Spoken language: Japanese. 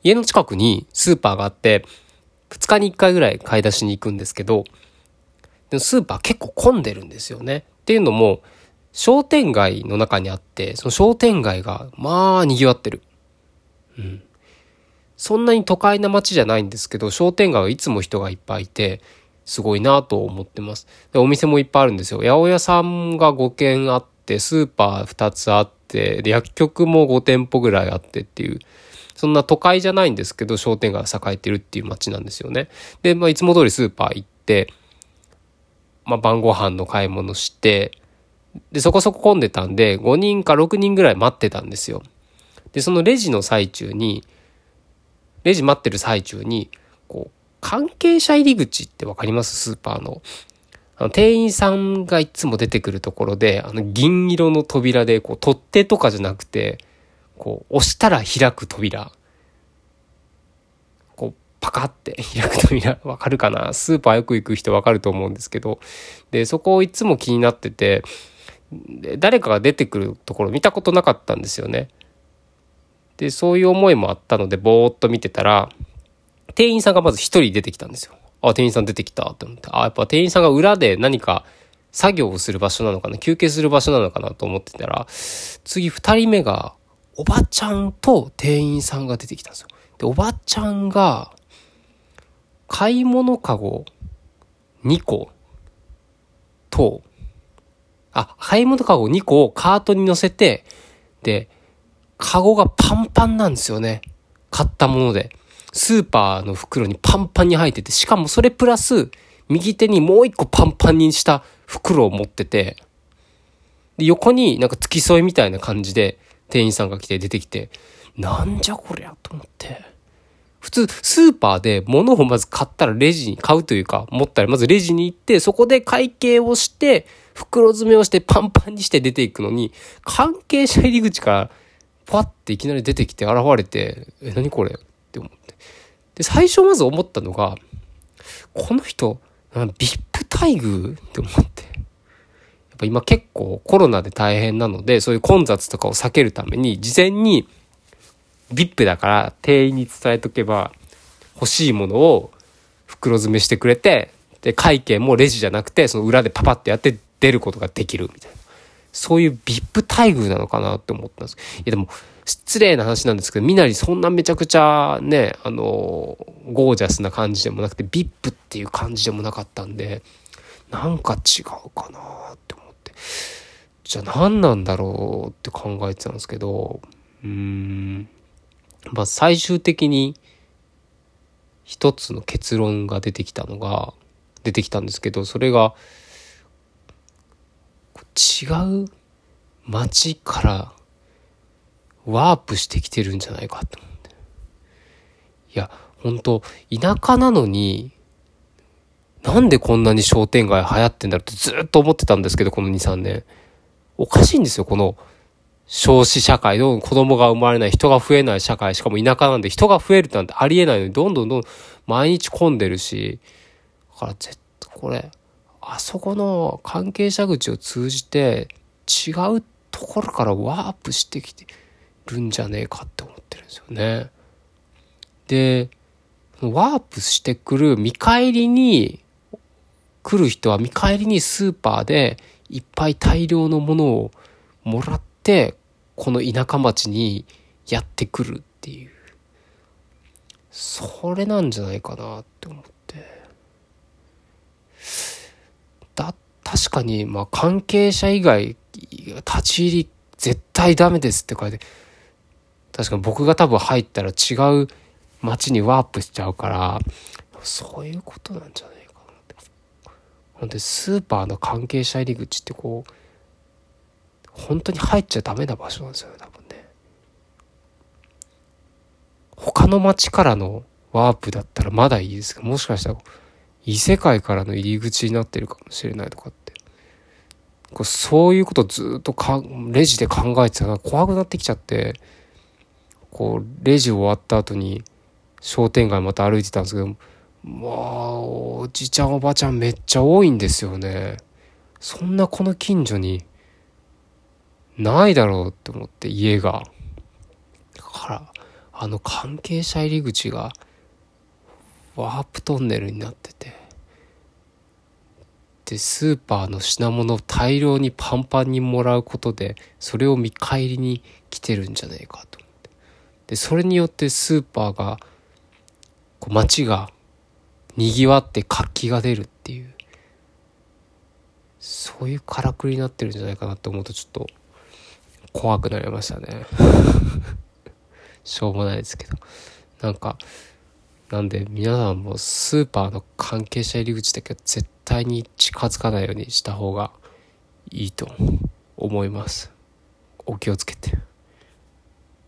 家の近くにスーパーがあって、2日に1回ぐらい買い出しに行くんですけど、でもスーパー結構混んでるんですよね。っていうのも、商店街の中にあって、その商店街がまあ賑わってる。そんなに都会な街じゃないんですけど、商店街はいつも人がいっぱいいて、すごいなと思ってます。で、お店もいっぱいあるんですよ。八百屋さんが5軒あって、スーパー2つあって、で、薬局も5店舗ぐらいあってっていう、そんな都会じゃないんですけど、商店街が栄えてるっていう街なんですよね。で、いつも通りスーパー行って、晩ご飯の買い物して、で、そこそこ混んでたんで、5人か6人ぐらい待ってたんですよ。で、そのレジ待ってる最中に、関係者入り口ってわかります？スーパーの。店員さんがいつも出てくるところで、銀色の扉で、取っ手とかじゃなくて、押したら開く扉。パカって開く扉、わかるかな？スーパーよく行く人わかると思うんですけど。で、そこをいつも気になってて、で誰かが出てくるところ見たことなかったんですよね。で、そういう思いもあったので、ぼーっと見てたら、店員さんがまず一人出てきたんですよ。あ、店員さん出てきたって思って。あ、やっぱ店員さんが裏で何か作業をする場所なのかな、休憩する場所なのかなと思ってたら、次二人目が、おばちゃんと店員さんが出てきたんですよ。で、おばちゃんが、買い物かご2個と、買い物かご2個をカートに乗せて、で、カゴがパンパンなんですよね。買ったもので。スーパーの袋にパンパンに入ってて、しかもそれプラス、右手にもう一個パンパンにした袋を持ってて、で、横になんか付き添いみたいな感じで店員さんが来て出てきて、なんじゃこりゃと思って。普通、スーパーで物をまず買ったらレジに買うというか、持ったらまずレジに行って、そこで会計をして、袋詰めをしてパンパンにして出ていくのに、関係者入り口からパッていきなり出てきて現れて、何これって思って。で、最初まず思ったのが、この人、VIP 待遇って思って。やっぱ今結構コロナで大変なので、そういう混雑とかを避けるために、事前に VIP だから店員に伝えとけば、欲しいものを袋詰めしてくれて、で、会計もレジじゃなくて、その裏でパパってやって出ることができるみたいな。そういう VIP 待遇なのかなって思ったんです。いやでも、失礼な話なんですけど、みなりそんなめちゃくちゃね、ゴージャスな感じでもなくて、VIP っていう感じでもなかったんで、なんか違うかなって思って。じゃあ何なんだろうって考えてたんですけど、最終的に一つの結論が出てきたんですけど、それが、違う街からワープしてきてるんじゃないかと思って。いや、本当田舎なのに、なんでこんなに商店街流行ってんだろうってずっと思ってたんですけど、この2、3年。おかしいんですよ、この少子社会の子供が生まれない、人が増えない社会、しかも田舎なんで人が増えるなんてありえないのに、どんどん毎日混んでるし、だからこれ、あそこの関係者口を通じて違うところからワープしてきてるんじゃねえかって思ってるんですよね。で、ワープしてくる見返りに来る人は見返りにスーパーでいっぱい大量のものをもらってこの田舎町にやってくるっていう、それなんじゃないかなって思って。確かに関係者以外立ち入り絶対ダメですって書いて、確かに僕が多分入ったら違う街にワープしちゃうから、そういうことなんじゃないかなって。なんでスーパーの関係者入り口って本当に入っちゃダメな場所なんですよね、多分ね。他の街からのワープだったらまだいいですけど、もしかしたら異世界からの入り口になってるかもしれないとかって、そういうことをずっとレジで考えてたら怖くなってきちゃって、レジ終わった後に商店街また歩いてたんですけど、おじちゃんおばちゃんめっちゃ多いんですよね。そんなこの近所にないだろうって思って、家が。だから関係者入り口がワープトンネルになってて、でスーパーの品物を大量にパンパンにもらうことでそれを見返りに来てるんじゃないかと思って、でそれによってスーパーが街がにぎわって活気が出るっていう、そういうからくりになってるんじゃないかなと思うとちょっと怖くなりましたねしょうもないですけど、なんで皆さんもスーパーの関係者入り口だけは絶対に近づかないようにした方がいいと思います。お気をつけて。